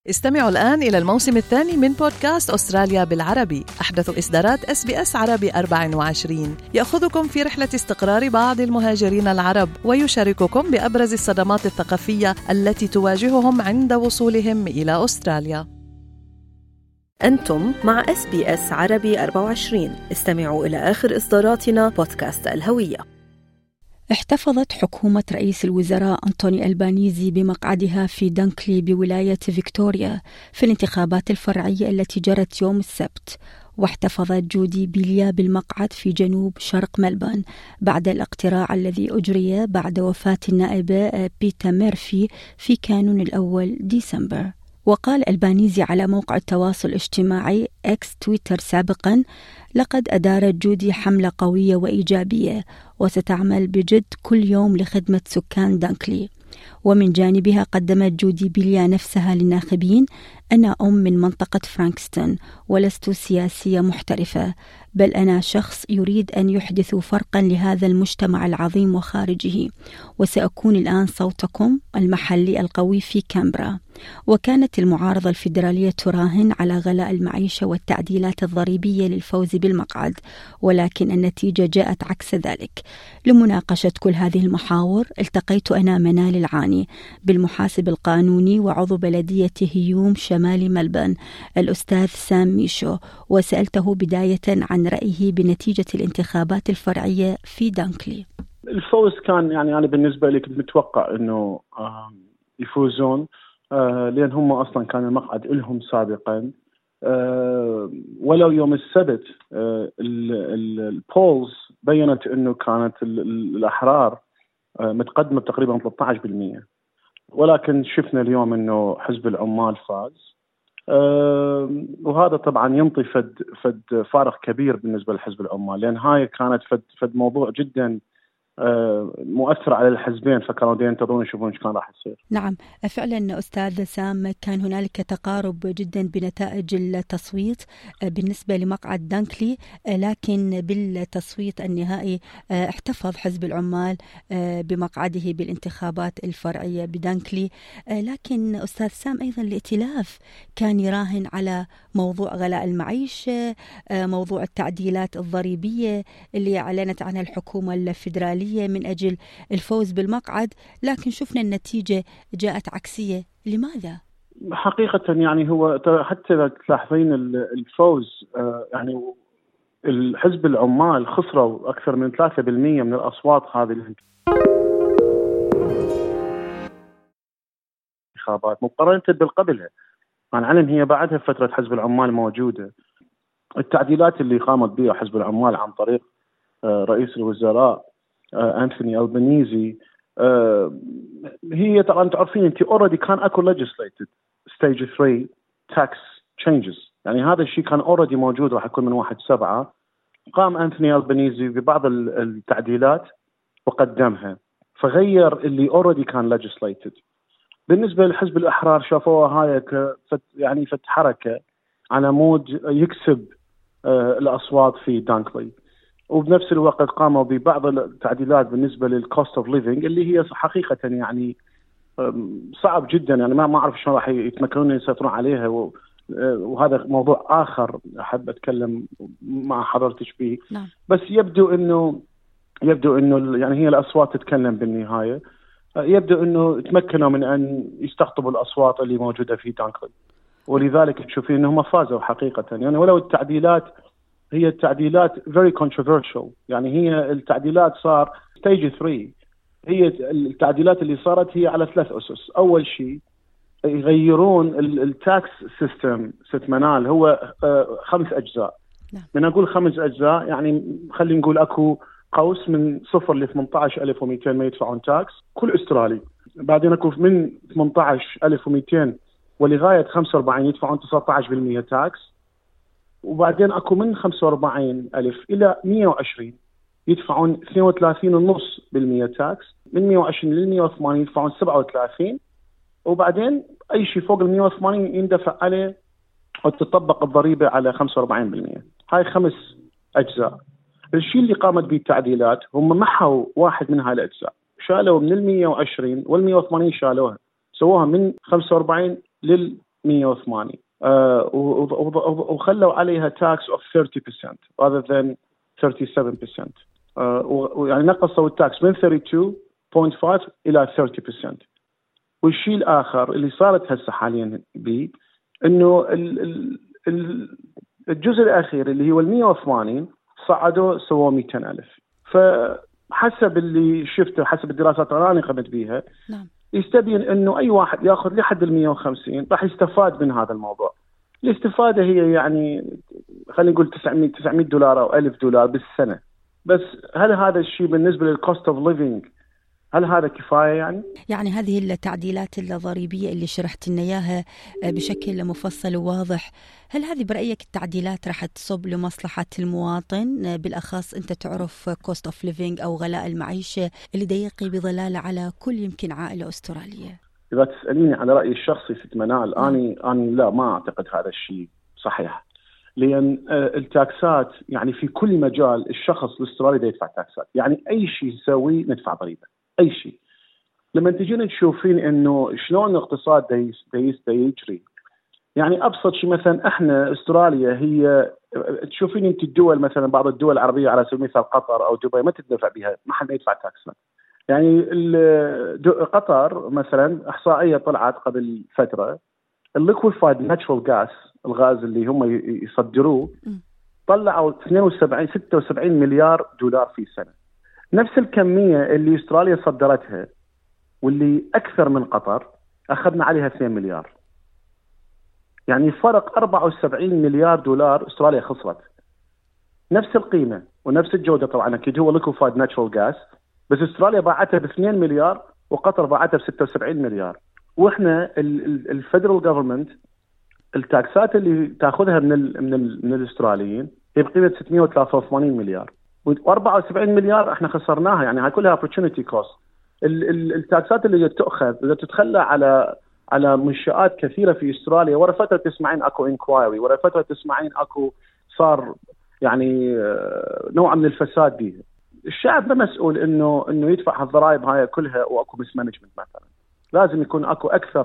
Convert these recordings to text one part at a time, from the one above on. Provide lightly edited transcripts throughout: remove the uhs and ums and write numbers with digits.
استمعوا الآن إلى الموسم الثاني من بودكاست أستراليا بالعربي، أحدث إصدارات SBS عربي 24، يأخذكم في رحلة استقرار بعض المهاجرين العرب ويشارككم بأبرز الصدمات الثقافية التي تواجههم عند وصولهم إلى أستراليا. أنتم مع SBS عربي 24. استمعوا إلى آخر إصداراتنا بودكاست الهوية. احتفظت حكومة رئيس الوزراء أنتوني ألبانيزي بمقعدها في دانكلي بولاية فيكتوريا في الانتخابات الفرعية التي جرت يوم السبت، واحتفظت جودي بيليا بالمقعد في جنوب شرق ملبورن بعد الاقتراع الذي أجري بعد وفاة النائبة بيتا ميرفي في كانون الأول ديسمبر. وقال ألبانيزي على موقع التواصل الاجتماعي إكس تويتر سابقا: لقد أدارت جودي حملة قوية وإيجابية وستعمل بجد كل يوم لخدمة سكان دانكلي. ومن جانبها قدمت جودي بيليا نفسها للناخبين: أنا أم من منطقة فرانكستون ولست سياسية محترفة، بل أنا شخص يريد أن يحدث فرقا لهذا المجتمع العظيم وخارجه، وسأكون الآن صوتكم المحلي القوي في كامبرا. وكانت المعارضة الفيدرالية تراهن على غلاء المعيشة والتعديلات الضريبية للفوز بالمقعد، ولكن النتيجة جاءت عكس ذلك. لمناقشة كل هذه المحاور التقيت أنا منال العاني بالمحاسب القانوني وعضو بلدية هيوم شمال ملبورن الأستاذ سام ميشو، وسألته بداية عن رأيه بنتيجة الانتخابات الفرعية في دانكلي. الفوز كان أنا بالنسبة لي كنت متوقع أنه يفوزون، لأن هم أصلا كان المقعد لهم سابقا، ولو يوم السبت البولز بيّنت أنه كانت الأحرار متقدمة تقريبا 13%، ولكن شفنا اليوم أنه حزب العمال فاز، وهذا طبعا ينطي فد فارق كبير بالنسبة لحزب العمال، لأن هاي كانت فد موضوع جدا مؤثر على الحزبين، فكانوا ينتظرون يشوفون ايش كان راح يصير. نعم فعلا أستاذ سام، كان هنالك تقارب جدا بنتائج التصويت بالنسبة لمقعد دانكلي، لكن بالتصويت النهائي احتفظ حزب العمال بمقعده بالانتخابات الفرعية بدانكلي. لكن أستاذ سام أيضا الائتلاف كان يراهن على موضوع غلاء المعيشة، موضوع التعديلات الضريبية اللي أعلنت عنها الحكومة الفيدرالية من أجل الفوز بالمقعد، لكن شفنا النتيجة جاءت عكسية. لماذا؟ حقيقة هو حتى إذا تلاحظين الفوز، الحزب العمال خسروا أكثر من 3% من الأصوات هذه الانتخابات مقارنة بالقبلها. عن علم هي بعدها فترة حزب العمال موجودة. التعديلات اللي قامت بها حزب العمال عن طريق رئيس الوزراء أنتوني ألبانيزي، هي طبعا تعرفين انت already كان اكو legislated stage 3 tax changes، هذا الشيء كان already موجود، راح يكون من 1/7. قام أنتوني ألبانيزي ببعض التعديلات وقدمها، فغير اللي already كان legislated. بالنسبة للحزب الأحرار شافوها هاي فت حركة على مود يكسب الأصوات في دانكلي، وبنفس الوقت قاموا ببعض التعديلات بالنسبة للكوست اوف ليفينج اللي هي حقيقة صعب جدا، ما أعرف شلون راح يتمكنون يسيطرون عليها، وهذا موضوع آخر أحب أتكلم مع حضرتك به. نعم. بس يبدو إنه هي الأصوات تتكلم بالنهاية، يبدو إنه تمكنوا من أن يستقطبوا الأصوات اللي موجودة في دانكلي، ولذلك تشوفين إنهم فازوا حقيقة. ولو التعديلات هي التعديلات very controversial، هي التعديلات صار stage 3، هي التعديلات اللي صارت هي على 3 أسس. أول شيء يغيرون التاكس سيستم ست منال، هو 5 أجزاء. من أقول 5 أجزاء خلينا نقول أكو قوس من 0 ل 18,200 ما يدفعون تاكس كل أسترالي، بعدين أكو من 18,200 ولغاية 45 يدفعون 19% تاكس، وبعدين أكو من 45,000 إلى 120 يدفعون 32.5% تاكس، من 120 ل 180 يدفعون 37، وبعدين أي شيء فوق 180 يندفع عليه أو تطبق الضريبة على 45%. هاي 5 أجزاء. الشيء اللي قامت به التعديلات هم محوا واحد من هاي الأجزاء، شالوا من 120 وال 180 شالوها، سووها من 45 لل 180 وخلوا عليها tax of 30% rather than 37%. ويعني نقصوا التاكس من 32.5 إلى 30%. والشيء الآخر اللي صارت هسه حاليا به إنه الجزء الأخير اللي هو 180 صعدوا سووا 200,000. فحسب اللي شفته حسب الدراسات اللي أنا قمت بيها يستبين إنه أي واحد يأخذ لحد 150 راح يستفاد من هذا الموضوع. الاستفادة هي يعني خلينا نقول $900 أو $1,000 بالسنة. بس هل هذا الشيء بالنسبة للكوست اوف ليفينج هل هذا كفاية؟ يعني هذه التعديلات الضريبية اللي شرحت لنا إياها بشكل مفصل وواضح، هل هذه برأيك التعديلات راح تصب لمصلحة المواطن؟ بالأخص أنت تعرف كوست اوف ليفينج أو غلاء المعيشة اللي دقيقي بضلالة على كل يمكن عائلة أسترالية. إذا تسأليني على رأيي الشخصي ست منال، أنا لا ما أعتقد هذا الشيء صحيح، لأن التاكسات يعني في كل مجال الشخص الاسترالي يدفع تاكسات، يعني أي شيء يسوي ندفع ضريبة، أي شيء. لما تجين تشوفين إنه شلون الاقتصاد دا يجري، يعني أبسط شيء مثلا إحنا استراليا هي تشوفين أنت الدول مثلا بعض الدول العربية على سبيل المثال قطر أو دبي ما تدفع بها، ما حد يدفع تاكسات. يعني قطر مثلا إحصائية طلعت قبل فترة الليكويفايد ناتشورال غاز، الغاز اللي هم يصدروه، طلعوا 76 مليار دولار في السنة. نفس الكمية اللي استراليا صدرتها واللي أكثر من قطر أخذنا عليها 2 مليار. يعني فرق 74 مليار دولار استراليا خسرت. نفس القيمة ونفس الجودة طبعا أكيد هو liquefied natural gas، بس استراليا باعتها ب2 مليار وقطر باعتها ب76 مليار. وإحنا الفيدرال جوفرمنت التاكسات اللي تأخذها من الأستراليين هي بقيمة 683 مليار، و74 مليار احنا خسرناها. يعني هاي كلها opportunity cost. التاكسات اللي تأخذ إذا تتخلى على منشآت كثيرة في استراليا، ورا فترة تسمعين اكو انكوايري، ورا فترة تسمعين اكو صار يعني نوع من الفساد به. الشعب ما مسؤول انه يدفع هالضرائب هاي كلها واكو مس مانجمنت مثلا. لازم يكون اكو اكثر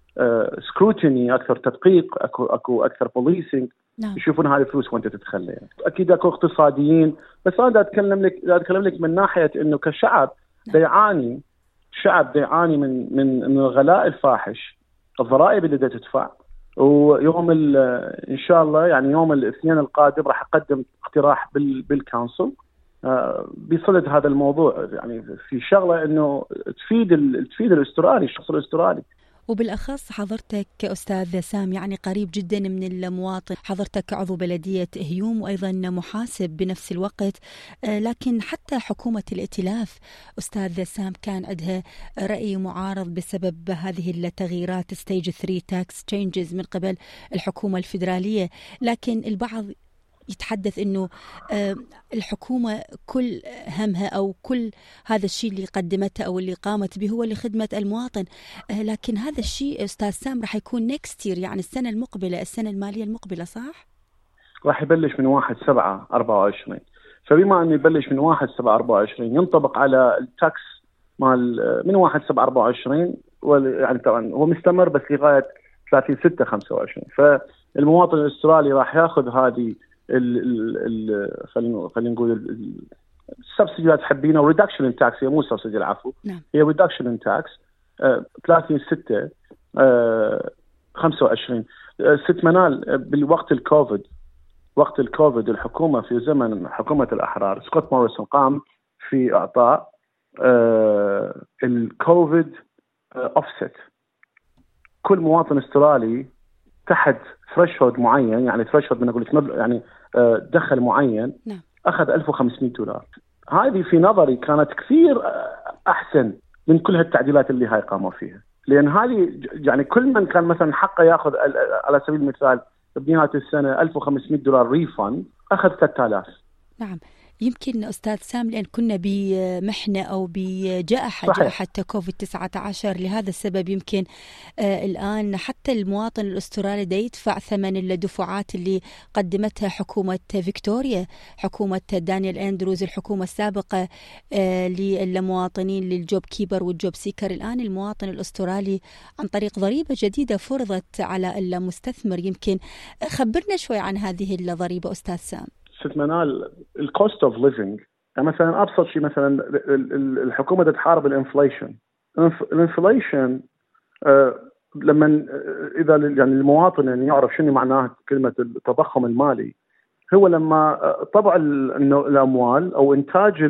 سكروتيني، اكثر تدقيق، اكو اكثر بوليسنج، يشوفون هذه الفلوس وانت تتخلى. يعني اكيد اكو اقتصاديين، بس انا اتكلم لك من ناحيه انه كشعب يعاني، الشعب يعاني من الغلاء الفاحش، الضرائب اللي تدفع. ويوم ان شاء الله يعني يوم الاثنين القادم راح اقدم اقتراح بالكونسل بصدد هذا الموضوع، يعني في شغله انه تفيد الاسترالي، الشخص الاسترالي. وبالأخص حضرتك أستاذ سام يعني قريب جدا من المواطن، حضرتك عضو بلدية هيوم وأيضا محاسب بنفس الوقت، لكن حتى حكومة الائتلاف أستاذ سام كان عندها رأي معارض بسبب هذه التغييرات ستيج 3 تاكس تشينجز من قبل الحكومة الفيدرالية. لكن البعض يتحدث إنه الحكومة كل همها أو كل هذا الشيء اللي قدمته أو اللي قامت به هو لخدمة المواطن، لكن هذا الشيء أستاذ سام راح يكون next year، يعني السنة المقبلة، السنة المالية المقبلة، صح؟ راح يبلش من 1/7/24. فبما أنه يبلش من 1/7/24 ينطبق على التاكس مال من 1/7/24، يعني طبعا هو مستمر بس لغاية 30/6/25. فالمواطن الأسترالي راح ياخذ هذه خلينا نقول السبسيدي تحبينه، ريدكشن ان تاكس، هي مو سبسيدي العفو، هي ريدكشن ان تاكس 30/6/25. ست منال بالوقت الكوفيد، وقت الكوفيد الحكومة في زمن حكومة الأحرار سكوت موريسون قام في إعطاء الكوفيد أوفست. كل مواطن استرالي تحت ثريشولد معين، يعني ثريشولد بنقول يعني دخل معين، أخذ $1,500. هذه في نظري كانت كثير أحسن من كل هالتعديلات اللي هاي قاموا فيها، لأن هذه يعني كل من كان مثلا حقه يأخذ على سبيل المثال بنهاية السنة $1,500 ريفند، أخذ 3000. نعم. يمكن أستاذ سام لأن كنا بمحنة أو بجائحة كوفيد-19، لهذا السبب يمكن الآن حتى المواطن الأسترالي دا يدفع ثمن الدفعات اللي قدمتها حكومة فيكتوريا، حكومة دانيال أندروز، الحكومة السابقة للمواطنين للجوب كيبر والجوب سيكر. الآن المواطن الأسترالي عن طريق ضريبة جديدة فرضت على المستثمر. يمكن خبرنا شوي عن هذه الضريبة أستاذ سام. ست منال، الكوست اوف ليفينج، يعني مثلا ابسط شيء مثلا الحكومه تحارب الانفليشن. لما اذا يعني المواطن يعني يعرف شنو معناه كلمه التضخم المالي، هو لما طبع الاموال او انتاج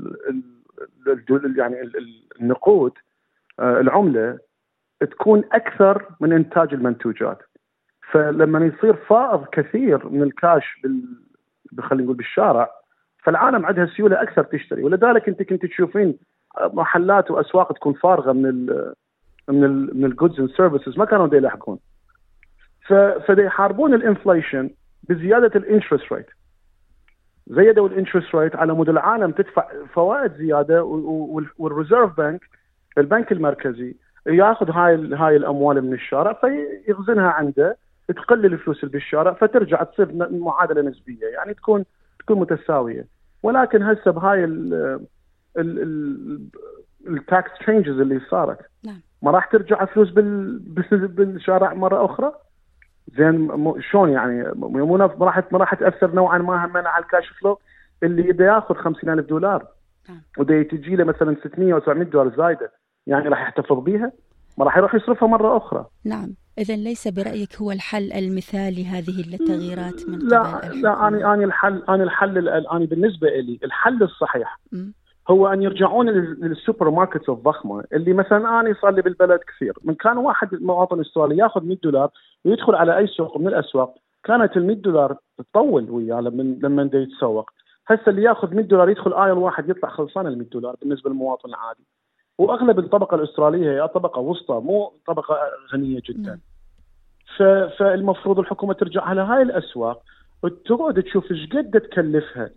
يعني النقود، العمله تكون اكثر من انتاج المنتوجات. فلما يصير فائض كثير من الكاش خلينا نقول بالشارع، فالعالم عندها سيوله اكثر تشتري، ولذلك انت كنت تشوفين محلات واسواق تكون فارغه من الجودز اند سيرفيسز، ما كانوا دا يلحقون. فدا يحاربون الانفليشن بزياده الانترست ريت. زيدوا الانترست ريت على مود العالم تدفع فوائد زياده، والريزيرف بنك البنك المركزي ياخذ هاي الاموال من الشارع فيخزنها عنده، تقلل الفلوس اللي بالشارع، فترجع تصير معادله نسبيه، يعني تكون متساويه. ولكن هسه بهاي التاكس تشينجز اللي صارت، ما راح ترجع فلوس بالشارع مره اخرى. زين شلون يعني؟ ما راح تاثر نوعا ما هم على الكاش فلو اللي بده ياخذ $50,000 وده تجي له مثلا $600 أو $700 زايده، يعني راح يحتفظ بيها؟ ما راح يروح يصرفها مره اخرى. نعم. إذن ليس برأيك هو الحل المثالي هذه التغييرات من قبل لا أنا بالنسبة لي الحل الصحيح هو أن يرجعون للسوبر ماركتس الضخمة اللي مثلا أنا صار لي بالبلد كثير. من كان واحد مواطن استرالي ياخذ $100 ويدخل على أي سوق من الأسواق، كانت $100 تطول وياه لما دا يتسوق. هسه اللي ياخذ $100 يدخل آيل واحد يطلع خلصان $100 بالنسبة للمواطن العادي. واغلب الطبقه الاستراليه هي طبقه وسطى، مو طبقه غنيه جدا. فالمفروض الحكومه ترجع على هاي الاسواق وتقعد تشوف ايش قد تكلفها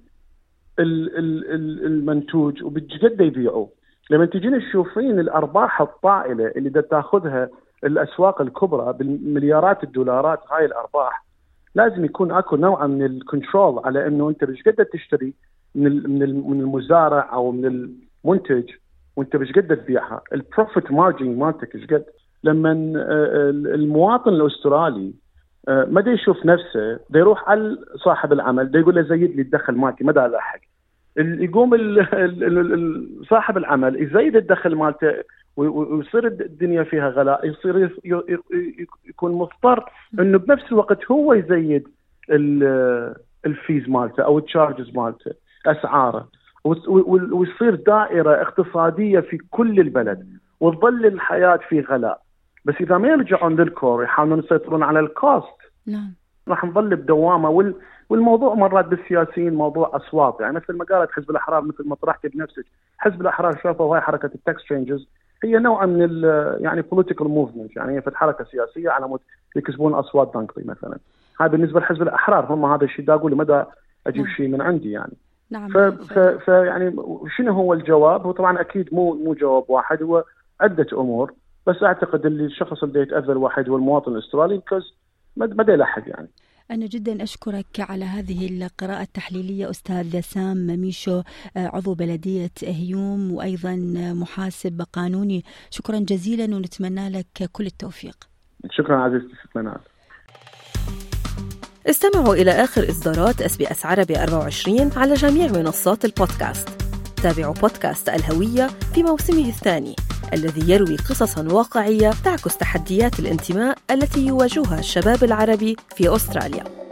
المنتوج وبايش قد يبيعوه. لما تجين تشوفين الارباح الطائله اللي دا تاخذها الاسواق الكبرى بالمليارات الدولارات، هاي الارباح لازم يكون اكو نوع من الكنترول على انه انت ايش قد تشتري من المزارع او من المنتج، وانت ايش قد تبيعها. البروفيت مارجن مالتك ايش قد. لما المواطن الاسترالي ما دا يشوف نفسه، دا يروح على صاحب العمل دا يقول له زيد لي الدخل مالتي، ما دا الحق. يقوم صاحب العمل يزيد الدخل مالته ويصير الدنيا فيها غلاء، يصير يكون مضطر انه بنفس الوقت هو يزيد الفيز مالته او التشارجز مالته، اسعاره، ويصير دائرة اقتصادية في كل البلد وتظل الحياة في غلاء. بس إذا ما يرجعون للكور يحاولون يسيطرون على الكوست، راح نظل بدوامة. والموضوع مرات بالسياسيين موضوع أصوات، يعني مثل ما قالت حزب الأحرار، مثل ما طرحت بنفسك، حزب الأحرار شافوا هاي حركة التاكس تشينجز هي نوع من يعني political movement، يعني هي حركة سياسية على مود يكسبون أصوات دانكلي مثلا. هاي بالنسبة لحزب الأحرار، هم هذا الشيء دا أقول مدى أجيب شيء من عندي يعني. نعم. يعني شنو هو الجواب؟ هو طبعا اكيد مو جواب واحد، هو عده امور، بس اعتقد اللي الشخص اللي يتاذى الواحد هو المواطن الاسترالي، بكوز ما يلحق يعني. أنا جدا أشكرك على هذه القراءة التحليلية أستاذ سام ميشو، عضو بلدية هيوم وأيضا محاسب قانوني. شكرا جزيلا ونتمنى لك كل التوفيق. شكرا عزيزتي منال. استمعوا إلى آخر إصدارات SBS عربي 24 على جميع منصات البودكاست. تابعوا بودكاست الهوية في موسمه الثاني الذي يروي قصصاً واقعية تعكس تحديات الانتماء التي يواجهها الشباب العربي في أستراليا.